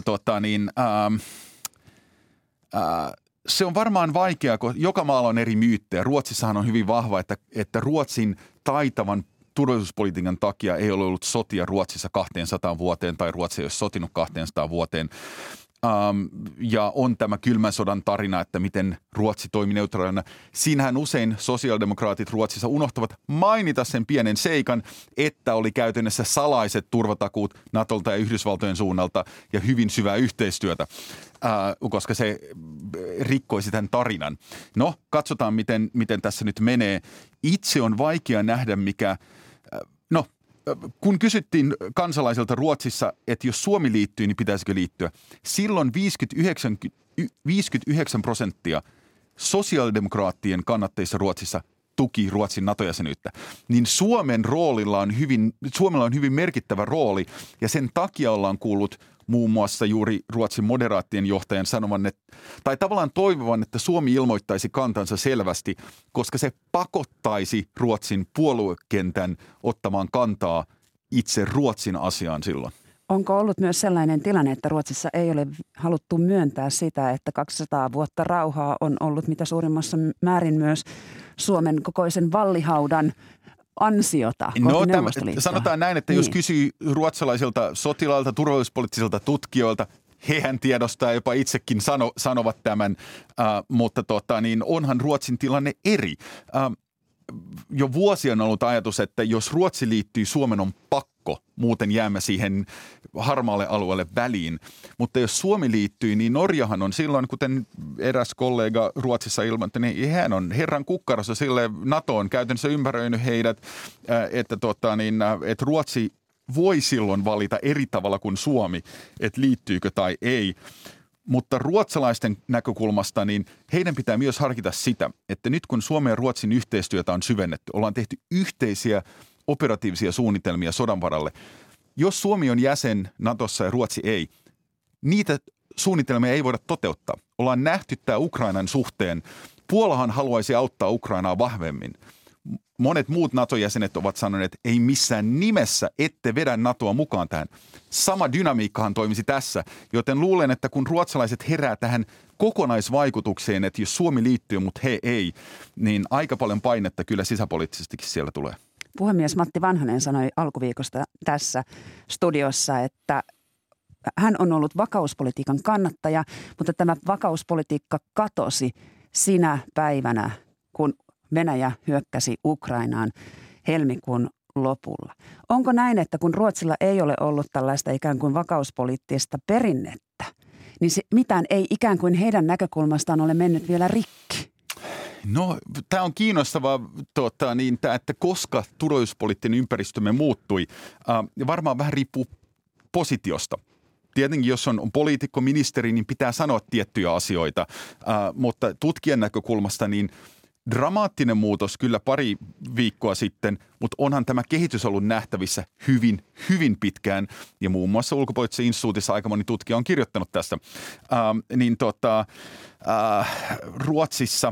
se on varmaan vaikeaa, kun joka maalla on eri myyttejä. Ruotsissahan on hyvin vahva, että Ruotsin taitavan turvallisuuspolitiikan takia ei ole ollut sotia Ruotsissa 200 vuoteen tai Ruotsi ei ole sotinut 200 vuoteen. Ja on tämä kylmän sodan tarina, että miten Ruotsi toimi neutraalina. Siinähän usein sosiaalidemokraatit Ruotsissa unohtavat mainita sen pienen seikan, että oli käytännössä salaiset turvatakuut Natolta ja Yhdysvaltojen suunnalta ja hyvin syvää yhteistyötä, koska se rikkoisi tämän tarinan. No, katsotaan miten tässä nyt menee. Itse on vaikea nähdä, kun kysyttiin kansalaisilta Ruotsissa, että jos Suomi liittyy, niin pitäisikö liittyä? Silloin 59% sosiaalidemokraattien kannattajissa Ruotsissa tuki Ruotsin NATO-jäsenyyttä. Niin Suomella on hyvin merkittävä rooli ja sen takia ollaan kuullut muun muassa juuri Ruotsin moderaattien johtajan sanovan, tai tavallaan toivovan, että Suomi ilmoittaisi kantansa selvästi, koska se pakottaisi Ruotsin puoluekentän ottamaan kantaa itse Ruotsin asiaan silloin. Onko ollut myös sellainen tilanne, että Ruotsissa ei ole haluttu myöntää sitä, että 200 vuotta rauhaa on ollut mitä suurimmassa määrin myös Suomen kokoisen vallihaudan ansiota kohti Neuvostoliittoa? Sanotaan näin, että jos kysyy ruotsalaisilta sotilailta, turvallisuuspoliittisilta tutkijoilta, hehän tiedostaa jopa itsekin sanovat tämän, mutta onhan Ruotsin tilanne eri. Jo vuosia on ollut ajatus, että jos Ruotsi liittyy, Suomen on pakko muuten jäämme siihen harmaalle alueelle väliin. Mutta jos Suomi liittyy, niin Norjahan on silloin, kuten eräs kollega Ruotsissa ilmoitti, niin hän on herran kukkarossa sille NATO on käytännössä ympäröinyt heidät, että Ruotsi voi silloin valita eri tavalla kuin Suomi, että liittyykö tai ei. Mutta ruotsalaisten näkökulmasta niin heidän pitää myös harkita sitä, että nyt kun Suomen ja Ruotsin yhteistyötä on syvennetty, ollaan tehty yhteisiä operatiivisia suunnitelmia sodan varalle. Jos Suomi on jäsen Natossa ja Ruotsi ei, niitä suunnitelmia ei voida toteuttaa. Ollaan nähty tämä Ukrainan suhteen. Puolahan haluaisi auttaa Ukrainaa vahvemmin. Monet muut NATO-jäsenet ovat sanoneet, että ei missään nimessä ette vedä NATOa mukaan tähän. Sama dynamiikkahan toimisi tässä, joten luulen, että kun ruotsalaiset herää tähän kokonaisvaikutukseen, että jos Suomi liittyy, mutta he ei, niin aika paljon painetta kyllä sisäpoliittisestikin siellä tulee. Puhemies Matti Vanhanen sanoi alkuviikosta tässä studiossa, että hän on ollut vakauspolitiikan kannattaja, mutta tämä vakauspolitiikka katosi sinä päivänä, kun Venäjä hyökkäsi Ukrainaan helmikuun lopulla. Onko näin, että kun Ruotsilla ei ole ollut tällaista ikään kuin vakauspoliittista perinnettä, niin mitään ei ikään kuin heidän näkökulmastaan ole mennyt vielä rikki? No, tämä on kiinnostavaa, että koska turvallisuuspoliittinen ympäristömme muuttui, varmaan vähän riippuu positiosta. Tietenkin, jos on poliitikko, ministeri, niin pitää sanoa tiettyjä asioita, mutta tutkijan näkökulmasta niin dramaattinen muutos kyllä pari viikkoa sitten, mutta onhan tämä kehitys ollut nähtävissä hyvin, hyvin pitkään. Ja muun muassa ulkopoliittisessa instituutissa aika moni tutkija on kirjoittanut tästä. Ruotsissa,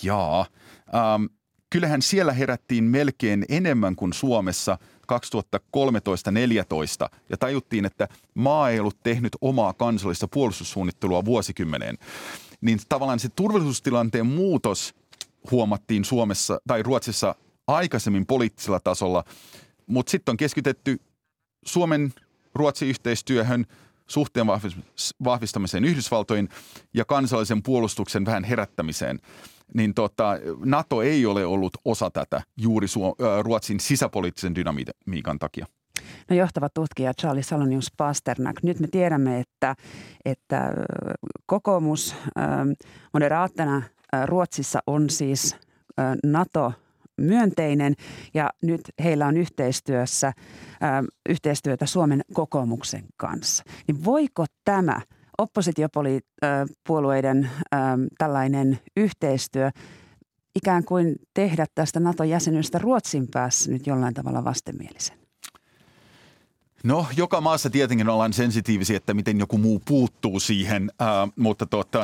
kyllähän siellä herättiin melkein enemmän kuin Suomessa 2013-2014 ja tajuttiin, että maa ei ollut tehnyt omaa kansallista puolustussuunnittelua vuosikymmeneen. Niin tavallaan se turvallisuustilanteen muutos huomattiin Suomessa tai Ruotsissa aikaisemmin poliittisella tasolla, mutta sitten on keskitetty Suomen-Ruotsin yhteistyöhön, suhteen vahvistamiseen Yhdysvaltoihin ja kansallisen puolustuksen vähän herättämiseen. Niin NATO ei ole ollut osa tätä juuri Ruotsin sisäpoliittisen dynamiikan takia. No, johtava tutkija Charlie Salonius-Pasternak. Nyt me tiedämme, että kokoomus moderaattina Ruotsissa on siis NATO-myönteinen ja nyt heillä on yhteistyötä Suomen kokoomuksen kanssa. Niin voiko tämä oppositiopuolueiden tällainen yhteistyö ikään kuin tehdä tästä NATO-jäsenyydestä Ruotsin päässä nyt jollain tavalla vastenmielisen? No, joka maassa tietenkin ollaan sensitiivisiä, että miten joku muu puuttuu siihen, mutta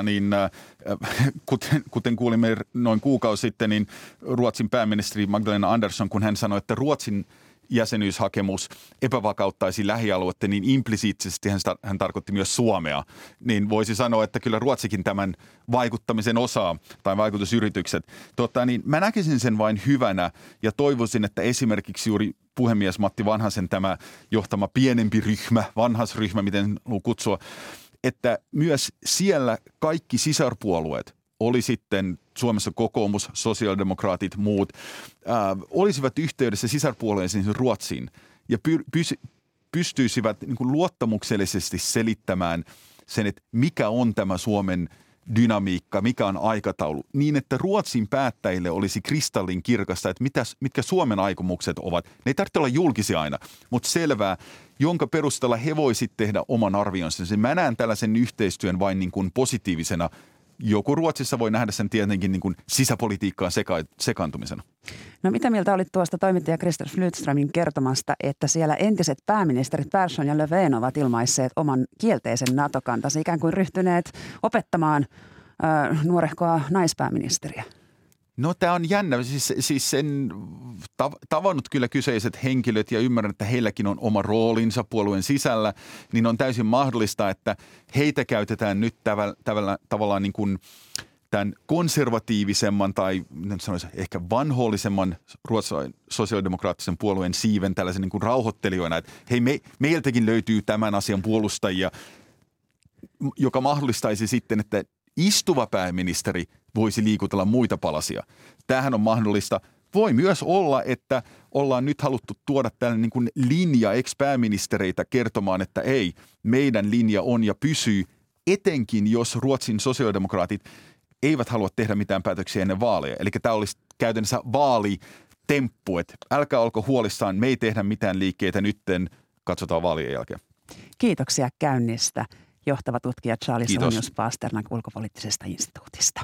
kuten kuulimme noin kuukausi sitten, niin Ruotsin pääministeri Magdalena Andersson, kun hän sanoi, että Ruotsin jäsenyyshakemus epävakauttaisi lähialuetta, niin implisiittisesti hän tarkoitti myös Suomea. Niin voisi sanoa, että kyllä Ruotsikin tämän vaikuttamisen osaa tai vaikutusyritykset. Niin mä näkisin sen vain hyvänä ja toivoisin, että esimerkiksi juuri puhemies Matti Vanhasen tämä johtama pienempi ryhmä, vanhasryhmä, miten kutsua, että myös siellä kaikki sisarpuolueet, oli sitten Suomessa kokoomus, sosiaalidemokraatit, muut, olisivat yhteydessä sisarpuolueisiin Ruotsiin ja pystyisivät niin kuin luottamuksellisesti selittämään sen, että mikä on tämä Suomen dynamiikka, mikä on aikataulu, niin että Ruotsin päättäjille olisi kristallin kirkasta, että mitkä Suomen aikomukset ovat. Ne ei tarvitse olla julkisia aina, mutta selvää, jonka perusteella he voisivat tehdä oman arvionsa. Mä näen tällaisen yhteistyön vain niin kuin positiivisena. Joku Ruotsissa voi nähdä sen tietenkin niin kuin sisäpolitiikkaan sekaantumisena. No, mitä mieltä olit tuosta toimittaja Christer Flytströmin kertomasta, että siellä entiset pääministerit Persson ja Löfven ovat ilmaisseet oman kielteisen NATO-kantansa, ikään kuin ryhtyneet opettamaan nuorehkoa naispääministeriä? No, tämä on jännä. Siis sen tavannut kyllä kyseiset henkilöt ja ymmärrän, että heilläkin on oma roolinsa puolueen sisällä, niin on täysin mahdollista, että heitä käytetään nyt tavallaan niin kuin tämän konservatiivisemman tai sanoisin, ehkä vanhoollisemman ruotsalaisen sosiaalidemokraattisen puolueen siiven tällaisen niin kuin rauhoittelijoina, että hei, meiltäkin löytyy tämän asian puolustajia, joka mahdollistaisi sitten, että istuva pääministeri voisi liikutella muita palasia. Tämähän on mahdollista, voi myös olla, että ollaan nyt haluttu tuoda tällainen niin kuin linja ex-pääministereitä kertomaan, että ei, meidän linja on ja pysyy, etenkin jos Ruotsin sosiaalidemokraatit eivät halua tehdä mitään päätöksiä ennen vaaleja. Eli tämä olisi käytännössä vaalitemppu, että älkää olko huolissaan, me ei tehdä mitään liikkeitä nytten, katsotaan vaalien jälkeen. Kiitoksia käynnistä, johtava tutkija Charlie Solonius-Pasternak ulkopoliittisesta instituutista.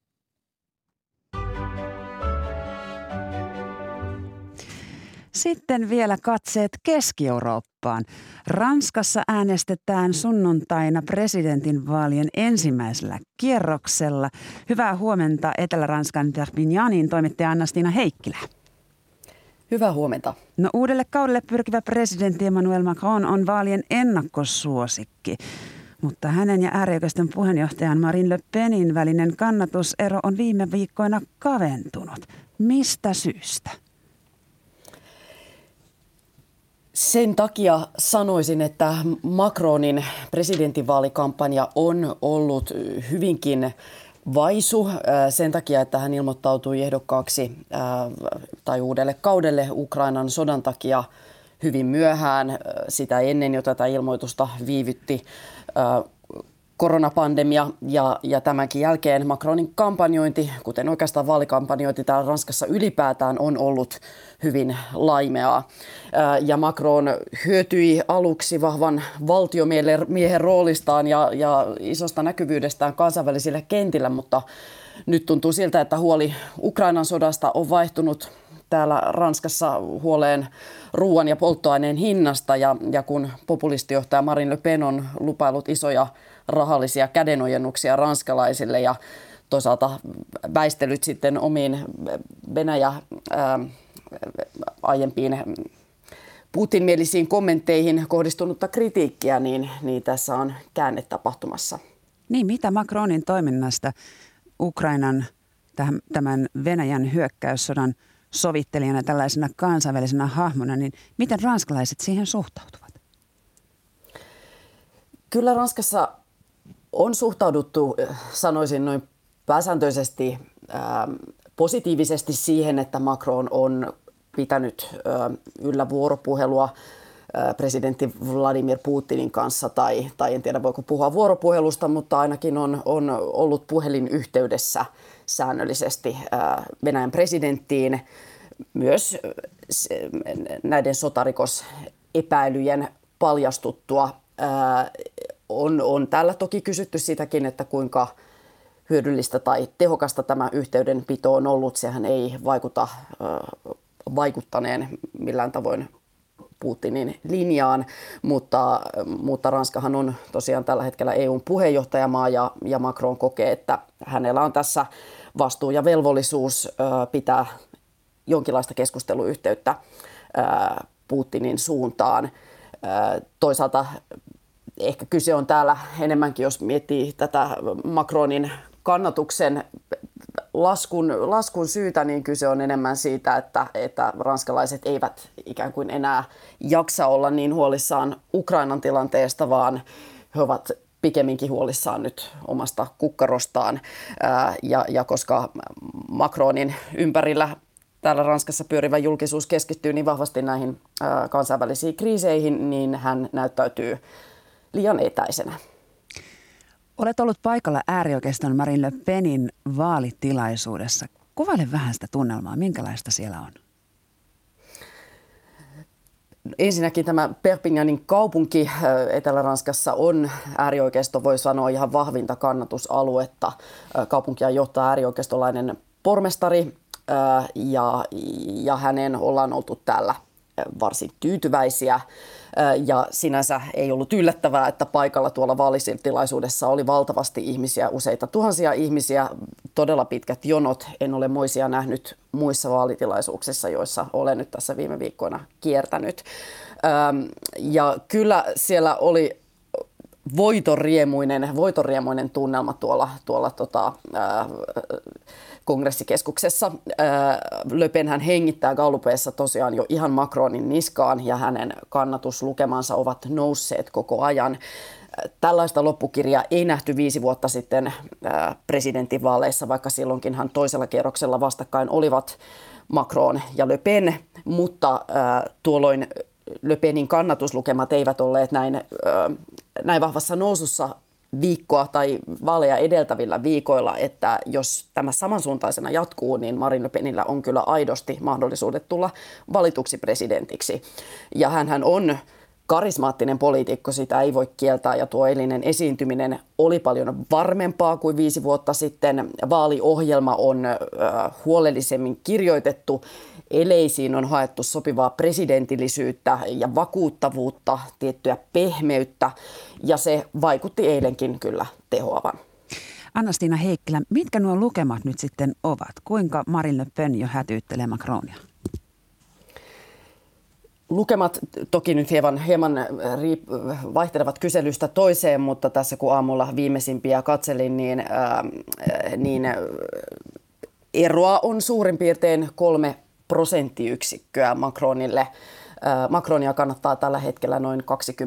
Sitten vielä katseet Keski-Eurooppaan. Ranskassa äänestetään sunnuntaina presidentinvaalien ensimmäisellä kierroksella. Hyvää huomenta Etelä-Ranskan Perpignanin toimittaja Anna-Stiina Heikkilä. Hyvää huomenta. No, uudelle kaudelle pyrkivä presidentti Emmanuel Macron on vaalien ennakkosuosikki. Mutta hänen ja äärioikeiston puheenjohtajan Marine Le Penin välinen kannatusero on viime viikkoina kaventunut. Mistä syystä? Sen takia sanoisin, että Macronin presidentinvaalikampanja on ollut hyvinkin vaisu sen takia, että hän ilmoittautui ehdokkaaksi tai uudelle kaudelle Ukrainan sodan takia hyvin myöhään. Sitä ennen jo tätä ilmoitusta viivytti koronapandemia ja tämänkin jälkeen Macronin kampanjointi, kuten oikeastaan vaalikampanjointi täällä Ranskassa ylipäätään, on ollut hyvin laimeaa. Ja Macron hyötyi aluksi vahvan valtiomiehen roolistaan ja isosta näkyvyydestään kansainvälisillä kentillä, mutta nyt tuntuu siltä, että huoli Ukrainan sodasta on vaihtunut täällä Ranskassa huoleen ruoan ja polttoaineen hinnasta ja kun populistijohtaja Marine Le Pen on lupaillut isoja rahallisia kädenojennuksia ranskalaisille ja toisaalta väistelyt sitten omiin Venäjä aiempiin Putin-mielisiin kommentteihin kohdistunutta kritiikkiä, niin tässä on käänne tapahtumassa. Niin, mitä Macronin toiminnasta Ukrainan tämän Venäjän hyökkäyssodan sovittelijana, tällaisena kansainvälisenä hahmona, niin miten ranskalaiset siihen suhtautuvat? Kyllä Ranskassa on suhtauduttu, sanoisin noin pääsääntöisesti positiivisesti siihen, että Macron on pitänyt yllä vuoropuhelua presidentti Vladimir Putinin kanssa, tai en tiedä voiko puhua vuoropuhelusta, mutta ainakin on ollut puhelinyhteydessä säännöllisesti Venäjän presidenttiin. Myös näiden sotarikosepäilyjen paljastuttua on täällä toki kysytty sitäkin, että kuinka hyödyllistä tai tehokasta tämä yhteydenpito on ollut. Sehän ei vaikuttaneen millään tavoin Putinin linjaan, mutta Ranskahan on tosiaan tällä hetkellä EU:n puheenjohtajamaa ja Macron kokee, että hänellä on tässä vastuu ja velvollisuus pitää jonkinlaista keskusteluyhteyttä Putinin suuntaan. Toisaalta ehkä kyse on täällä enemmänkin, jos miettii tätä Macronin kannatuksen laskun syytä, niin kyse on enemmän siitä, että ranskalaiset eivät ikään kuin enää jaksa olla niin huolissaan Ukrainan tilanteesta, vaan he ovat pikemminkin huolissaan nyt omasta kukkarostaan. Ja koska Macronin ympärillä täällä Ranskassa pyörivä julkisuus keskittyy niin vahvasti näihin kansainvälisiin kriiseihin, niin hän näyttäytyy liian etäisenä. Olet ollut paikalla äärioikeiston Marine Le Penin vaalitilaisuudessa. Kuvaile vähän sitä tunnelmaa. Minkälaista siellä on? Ensinnäkin tämä Perpignanin kaupunki Etelä-Ranskassa on äärioikeisto, voi sanoa, ihan vahvinta kannatusaluetta. Kaupunkia johtaa äärioikeistolainen pormestari ja hänen ollaan oltu täällä varsin tyytyväisiä. Ja sinänsä ei ollut yllättävää, että paikalla tuolla vaalitilaisuudessa oli valtavasti ihmisiä, useita tuhansia ihmisiä, todella pitkät jonot. En ole moisia nähnyt muissa vaalitilaisuuksissa, joissa olen nyt tässä viime viikkoina kiertänyt. Ja kyllä siellä oli voitoriemuinen tunnelma tuolla kongressikeskuksessa. Le Pen hän hengittää gallupeissa tosiaan jo ihan Macronin niskaan ja hänen kannatuslukemansa ovat nousseet koko ajan. Tällaista loppukirjaa ei nähty 5 vuotta sitten presidentinvaaleissa, vaikka silloinkinhan toisella kierroksella vastakkain olivat Macron ja Le Pen, mutta tuolloin Le Penin kannatuslukemat eivät olleet näin vahvassa nousussa viikkoa tai vaaleja edeltävillä viikoilla, että jos tämä samansuuntaisena jatkuu, niin Marine Le Penillä on kyllä aidosti mahdollisuudet tulla valituksi presidentiksi. Ja hänhän on karismaattinen poliitikko, sitä ei voi kieltää, ja tuo eilinen esiintyminen oli paljon varmempaa kuin 5 vuotta sitten. Vaaliohjelma on huolellisemmin kirjoitettu. Eleisiin on haettu sopivaa presidentillisyyttä ja vakuuttavuutta, tiettyä pehmeyttä, ja se vaikutti eilenkin kyllä tehoavan. Anna-Stiina Heikkilä, mitkä nuo lukemat nyt sitten ovat? Kuinka Marine Le Pen jo hätyyttelee Macronia? Lukemat toki nyt hieman vaihtelevat kyselystä toiseen, mutta tässä kun aamulla viimeisimpiä katselin, niin eroa on suurin piirtein 3 prosenttiyksikköä Macronille. Macronia kannattaa tällä hetkellä noin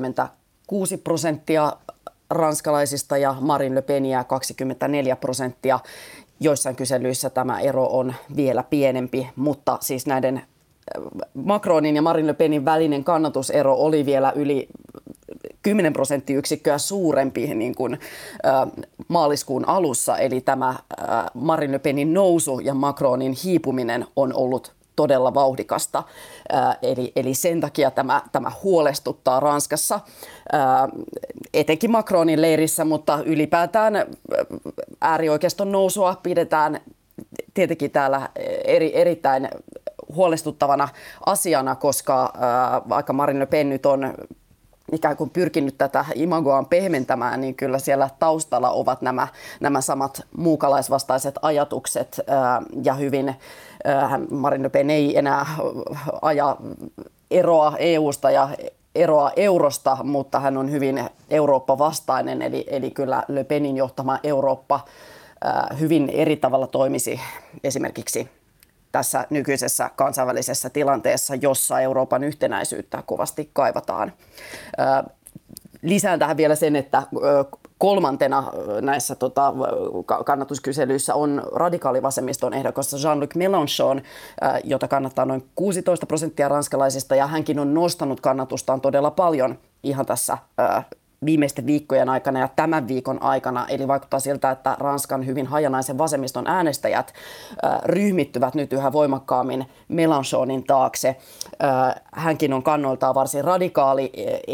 26% ranskalaisista ja Marine Le Peniä 24%. Joissain kyselyissä tämä ero on vielä pienempi, mutta siis näiden Macronin ja Marine Le Penin välinen kannatusero oli vielä yli 10 prosenttiyksikköä suurempi niin kuin maaliskuun alussa. Eli tämä Marine Le Penin nousu ja Macronin hiipuminen on ollut todella vauhdikasta. Eli sen takia tämä huolestuttaa Ranskassa, etenkin Macronin leirissä, mutta ylipäätään äärioikeiston nousua pidetään tietenkin täällä erittäin huolestuttavana asiana, koska vaikka Marine Le Pen nyt on ikään kuin pyrkinyt tätä imagoaan pehmentämään, niin kyllä siellä taustalla ovat nämä samat muukalaisvastaiset ajatukset ja hyvin Marine Le Pen ei enää aja eroa EUsta ja eroa eurosta, mutta hän on hyvin Eurooppa-vastainen, eli kyllä Le Penin johtama Eurooppa hyvin eri tavalla toimisi esimerkiksi tässä nykyisessä kansainvälisessä tilanteessa, jossa Euroopan yhtenäisyyttä kovasti kaivataan. Lisään tähän vielä sen, että kolmantena näissä kannatuskyselyissä on radikaalivasemmiston ehdokas Jean-Luc Mélenchon, jota kannattaa noin 16% ranskalaisista, ja hänkin on nostanut kannatustaan todella paljon ihan tässä viimeisten viikkojen aikana ja tämän viikon aikana. Eli vaikuttaa siltä, että Ranskan hyvin hajanaisen vasemmiston äänestäjät ryhmittyvät nyt yhä voimakkaammin Mélenchonin taakse. Hänkin on kannoiltaan varsin radikaali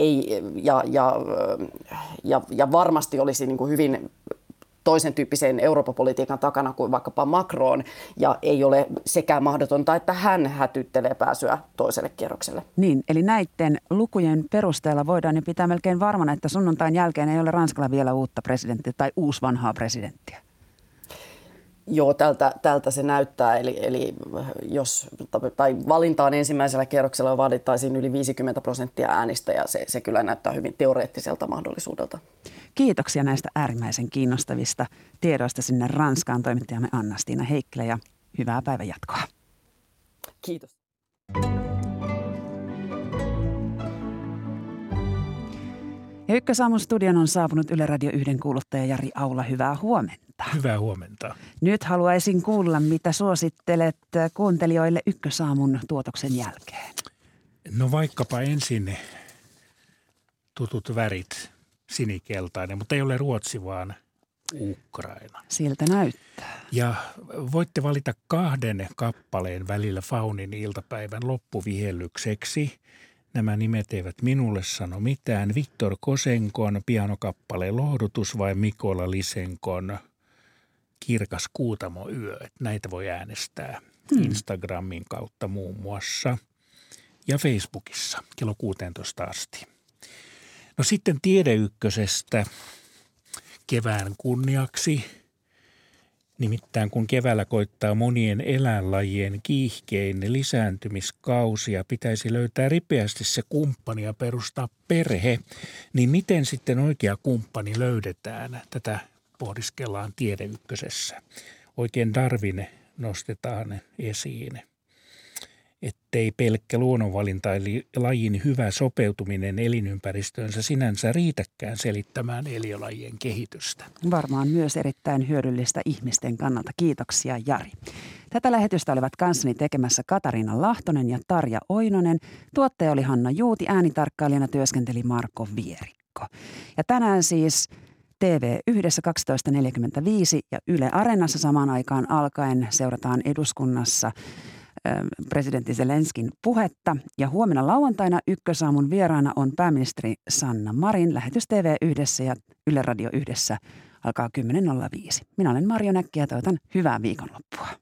ja varmasti olisi niin kuin hyvin toisen tyyppisen Eurooppa-politiikan takana kuin vaikkapa Macron, ja ei ole sekään mahdotonta, että hän hätyttelee pääsyä toiselle kierrokselle. Niin, eli näiden lukujen perusteella voidaan jo pitää melkein varmana, että sunnuntain jälkeen ei ole Ranskalla vielä uutta presidenttiä tai uusvanhaa presidenttiä. Joo, tältä se näyttää. Eli jos valintaan ensimmäisellä kierroksella vaadittaisiin yli 50% äänistä, ja se kyllä näyttää hyvin teoreettiselta mahdollisuudelta. Kiitoksia näistä äärimmäisen kiinnostavista tiedoista sinne Ranskaan, toimittajamme Anna-Stiina Heikkilä, ja hyvää päivän jatkoa. Kiitos. Ja Ykkösaamun studion on saapunut Yle Radio 1 kuuluttaja Jari Aula. Hyvää huomenta. Hyvää huomenta. Nyt haluaisin kuulla, mitä suosittelet kuuntelijoille Ykkösaamun tuotoksen jälkeen. No vaikkapa ensin tutut värit, sinikeltainen, mutta ei ole Ruotsi, vaan Ukraina. Siltä näyttää. Ja voitte valita 2 kappaleen välillä Faunin iltapäivän loppuvihellykseksi. Nämä nimet eivät minulle sano mitään. Viktor Kosenkon pianokappaleen Lohdutus vai Mikola Lisenkon Kirkas Kuutamoyö. Näitä voi äänestää Instagramin kautta muun muassa ja Facebookissa kello 16 asti. No sitten Tiedeykkösestä kevään kunniaksi. Nimittäin kun keväällä koittaa monien eläinlajien kiihkein lisääntymiskausi ja pitäisi löytää ripeästi se kumppani ja perustaa perhe, niin miten sitten oikea kumppani löydetään? Tätä pohdiskellaan Tiedeykkösessä. Oikein Darwin nostetaan esiin. ettei pelkkä luonnonvalinta eli lajin hyvä sopeutuminen elinympäristöönsä sinänsä riitäkään selittämään eliölajien kehitystä. Varmaan myös erittäin hyödyllistä ihmisten kannalta. Kiitoksia, Jari. Tätä lähetystä olivat kanssani tekemässä Katariina Lahtonen ja Tarja Oinonen. Tuottaja oli Hanna Juuti, äänitarkkailijana työskenteli Marko Vierikko. Ja tänään siis TV1 12.45 ja Yle Areenassa samaan aikaan alkaen seurataan eduskunnassa presidentti Zelenskin puhetta. Ja huomenna lauantaina Ykkösaamun vieraana on pääministeri Sanna Marin. Lähetys TV1 ja Yle Radio 1 alkaa 10.05. Minä olen Marjo Näkki ja toivotan hyvää viikonloppua.